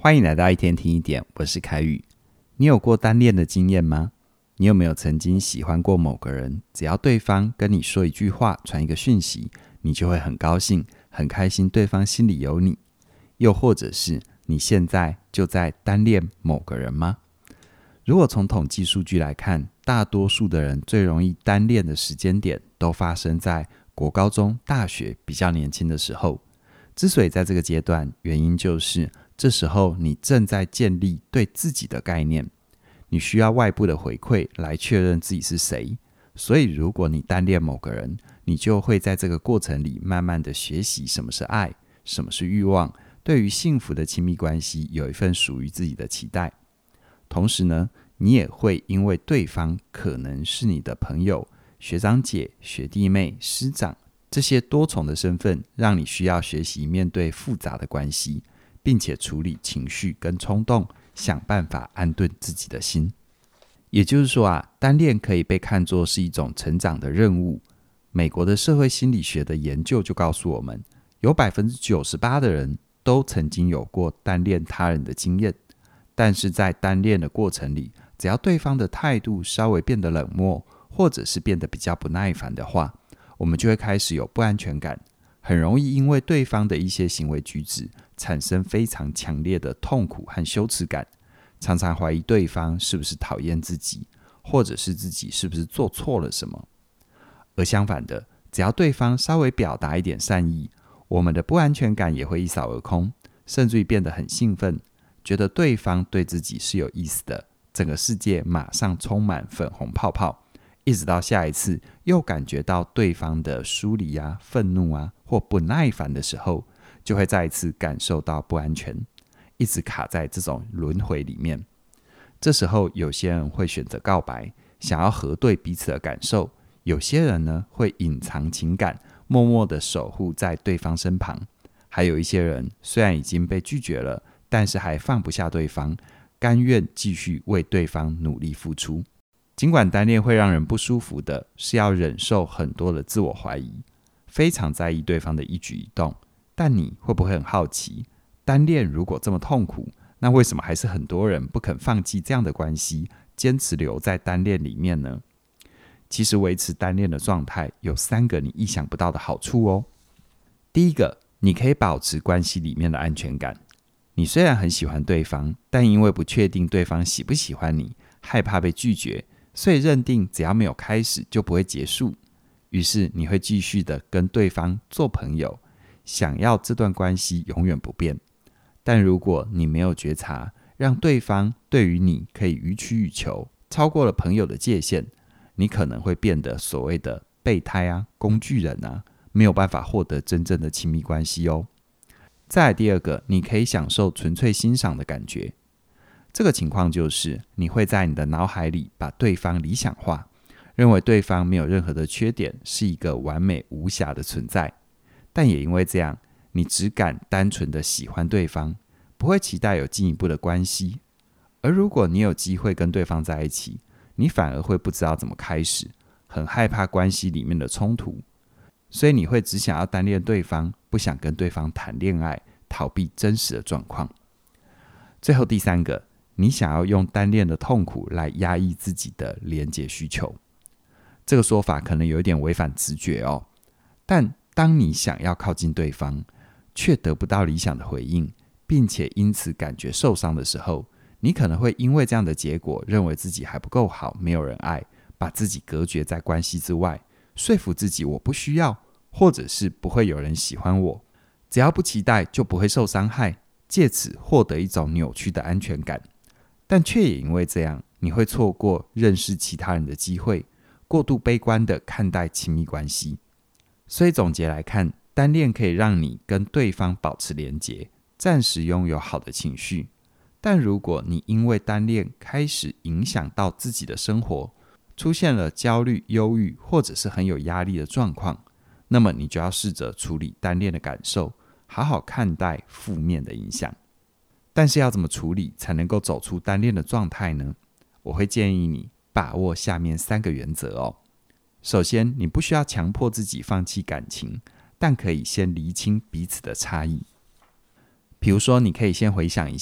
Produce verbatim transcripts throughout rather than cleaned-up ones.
欢迎来到一天听一点，我是凯宇。你有过单恋的经验吗？你有没有曾经喜欢过某个人，只要对方跟你说一句话，传一个讯息，你就会很高兴很开心对方心里有你？又或者是你现在就在单恋某个人吗？如果从统计数据来看，大多数的人最容易单恋的时间点都发生在国高中、大学比较年轻的时候。之所以在这个阶段，原因就是这时候你正在建立对自己的概念，你需要外部的回馈来确认自己是谁。所以如果你单恋某个人，你就会在这个过程里慢慢的学习什么是爱，什么是欲望，对于幸福的亲密关系有一份属于自己的期待。同时呢，你也会因为对方可能是你的朋友、学长姐、学弟妹、师长，这些多重的身份让你需要学习面对复杂的关系，并且处理情绪跟冲动，想办法安顿自己的心。也就是说啊，单恋可以被看作是一种成长的任务。美国的社会心理学的研究就告诉我们，有 百分之九十八 的人都曾经有过单恋他人的经验。但是在单恋的过程里，只要对方的态度稍微变得冷漠，或者是变得比较不耐烦的话，我们就会开始有不安全感，很容易因为对方的一些行为举止产生非常强烈的痛苦和羞耻感，常常怀疑对方是不是讨厌自己，或者是自己是不是做错了什么。而相反的，只要对方稍微表达一点善意，我们的不安全感也会一扫而空，甚至于变得很兴奋，觉得对方对自己是有意思的，整个世界马上充满粉红泡泡，一直到下一次又感觉到对方的疏离啊、愤怒啊或不耐烦的时候，就会再一次感受到不安全，一直卡在这种轮回里面。这时候有些人会选择告白，想要核对彼此的感受；有些人呢会隐藏情感，默默的守护在对方身旁；还有一些人虽然已经被拒绝了，但是还放不下对方，甘愿继续为对方努力付出。尽管单恋会让人不舒服的是要忍受很多的自我怀疑，非常在意对方的一举一动，但你会不会很好奇，单恋如果这么痛苦，那为什么还是很多人不肯放弃这样的关系，坚持留在单恋里面呢？其实维持单恋的状态有三个你意想不到的好处哦。第一个，你可以保持关系里面的安全感。你虽然很喜欢对方，但因为不确定对方喜不喜欢你，害怕被拒绝，所以认定只要没有开始就不会结束。于是你会继续的跟对方做朋友，想要这段关系永远不变。但如果你没有觉察，让对方对于你可以予取予求，超过了朋友的界限，你可能会变得所谓的备胎啊、工具人啊，没有办法获得真正的亲密关系哦。再来第二个，你可以享受纯粹欣赏的感觉。这个情况就是你会在你的脑海里把对方理想化，认为对方没有任何的缺点，是一个完美无瑕的存在。但也因为这样，你只敢单纯的喜欢对方，不会期待有进一步的关系。而如果你有机会跟对方在一起，你反而会不知道怎么开始，很害怕关系里面的冲突，所以你会只想要单恋对方，不想跟对方谈恋爱，逃避真实的状况。最后第三个，你想要用单恋的痛苦来压抑自己的连结需求。这个说法可能有一点违反直觉哦，但当你想要靠近对方，却得不到理想的回应，并且因此感觉受伤的时候，你可能会因为这样的结果，认为自己还不够好，没有人爱，把自己隔绝在关系之外，说服自己我不需要，或者是不会有人喜欢我，只要不期待就不会受伤害，借此获得一种扭曲的安全感。但却也因为这样，你会错过认识其他人的机会，过度悲观地看待亲密关系。所以总结来看，单恋可以让你跟对方保持连结，暂时拥有好的情绪。但如果你因为单恋开始影响到自己的生活，出现了焦虑、忧郁或者是很有压力的状况，那么你就要试着处理单恋的感受，好好看待负面的影响。但是要怎么处理才能够走出单恋的状态呢？我会建议你把握下面三个原则哦。首先，你不需要强迫自己放弃感情，但可以先厘清彼此的差异。比如说，你可以先回想一下，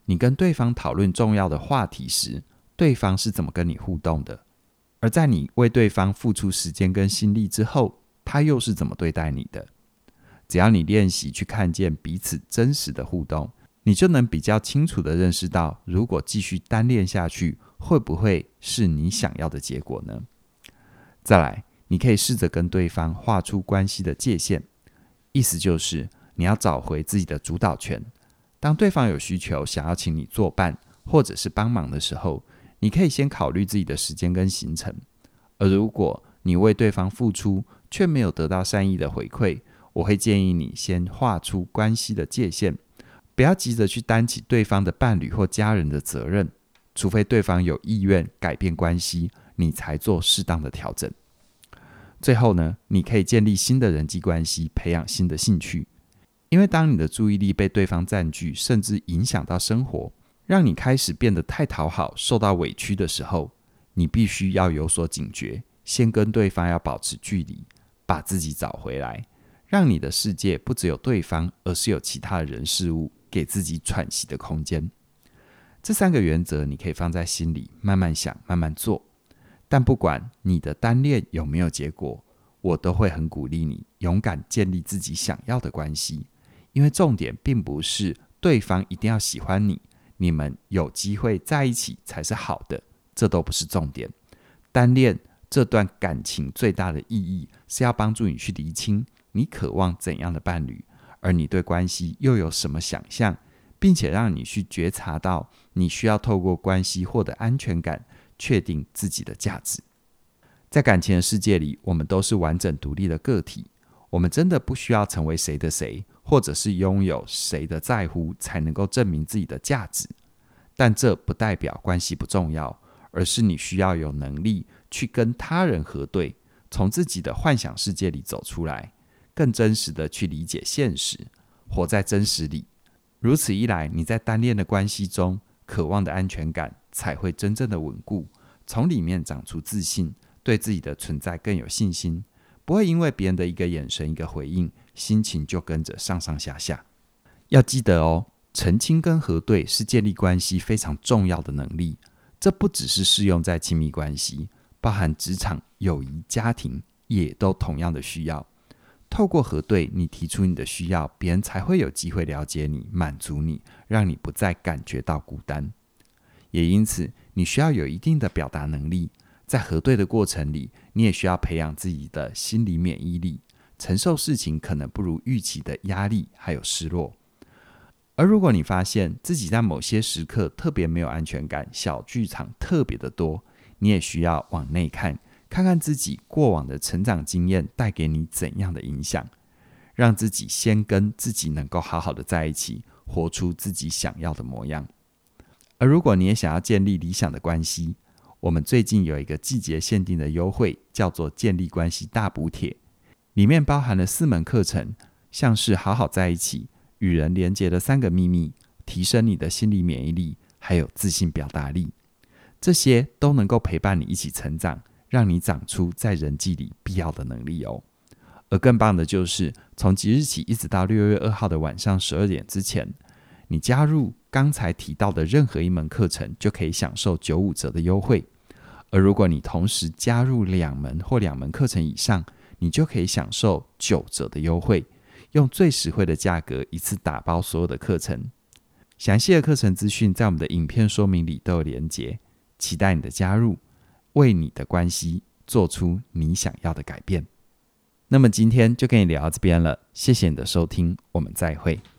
你跟对方讨论重要的话题时，对方是怎么跟你互动的？而在你为对方付出时间跟心力之后，他又是怎么对待你的？只要你练习去看见彼此真实的互动，你就能比较清楚地认识到，如果继续单恋下去，会不会是你想要的结果呢？再来，你可以试着跟对方画出关系的界限，意思就是你要找回自己的主导权。当对方有需求想要请你作伴或者是帮忙的时候，你可以先考虑自己的时间跟行程。而如果你为对方付出却没有得到善意的回馈，我会建议你先画出关系的界限，不要急着去担起对方的伴侣或家人的责任，除非对方有意愿改变关系，你才做适当的调整。最后呢，你可以建立新的人际关系，培养新的兴趣。因为当你的注意力被对方占据，甚至影响到生活，让你开始变得太讨好，受到委屈的时候，你必须要有所警觉，先跟对方要保持距离，把自己找回来，让你的世界不只有对方，而是有其他的人事物，给自己喘息的空间。这三个原则你可以放在心里，慢慢想，慢慢做。但不管你的单恋有没有结果，我都会很鼓励你勇敢建立自己想要的关系。因为重点并不是对方一定要喜欢你，你们有机会在一起才是好的，这都不是重点。单恋这段感情最大的意义是要帮助你去厘清你渴望怎样的伴侣，而你对关系又有什么想象，并且让你去觉察到你需要透过关系获得安全感，确定自己的价值。在感情的世界里，我们都是完整独立的个体，我们真的不需要成为谁的谁，或者是拥有谁的在乎，才能够证明自己的价值。但这不代表关系不重要，而是你需要有能力去跟他人核对，从自己的幻想世界里走出来，更真实的去理解现实，活在真实里。如此一来，你在单恋的关系中渴望的安全感才会真正的稳固，从里面长出自信，对自己的存在更有信心，不会因为别人的一个眼神一个回应，心情就跟着上上下下。要记得哦，澄清跟核对是建立关系非常重要的能力，这不只是适用在亲密关系，包含职场、友谊、家庭也都同样的需要。透过核对，你提出你的需要，别人才会有机会了解你，满足你，让你不再感觉到孤单。也因此，你需要有一定的表达能力，在核对的过程里，你也需要培养自己的心理免疫力，承受事情可能不如预期的压力还有失落。而如果你发现自己在某些时刻特别没有安全感，小剧场特别的多，你也需要往内看，看看自己过往的成长经验带给你怎样的影响，让自己先跟自己能够好好的在一起，活出自己想要的模样。而如果你也想要建立理想的关系，我们最近有一个季节限定的优惠，叫做建立关系大补帖，里面包含了四门课程，像是好好在一起、与人连结的三个秘密、提升你的心理免疫力，还有自信表达力，这些都能够陪伴你一起成长，让你长出在人际里必要的能力哦。而更棒的就是，从即日起一直到六月二号的晚上十二点之前，你加入刚才提到的任何一门课程，就可以享受九五折的优惠。而如果你同时加入两门或两门课程以上，你就可以享受九折的优惠，用最实惠的价格一次打包所有的课程。详细的课程资讯在我们的影片说明里都有连结，期待你的加入，为你的关系做出你想要的改变。那么今天就跟你聊到这边了，谢谢你的收听，我们再会。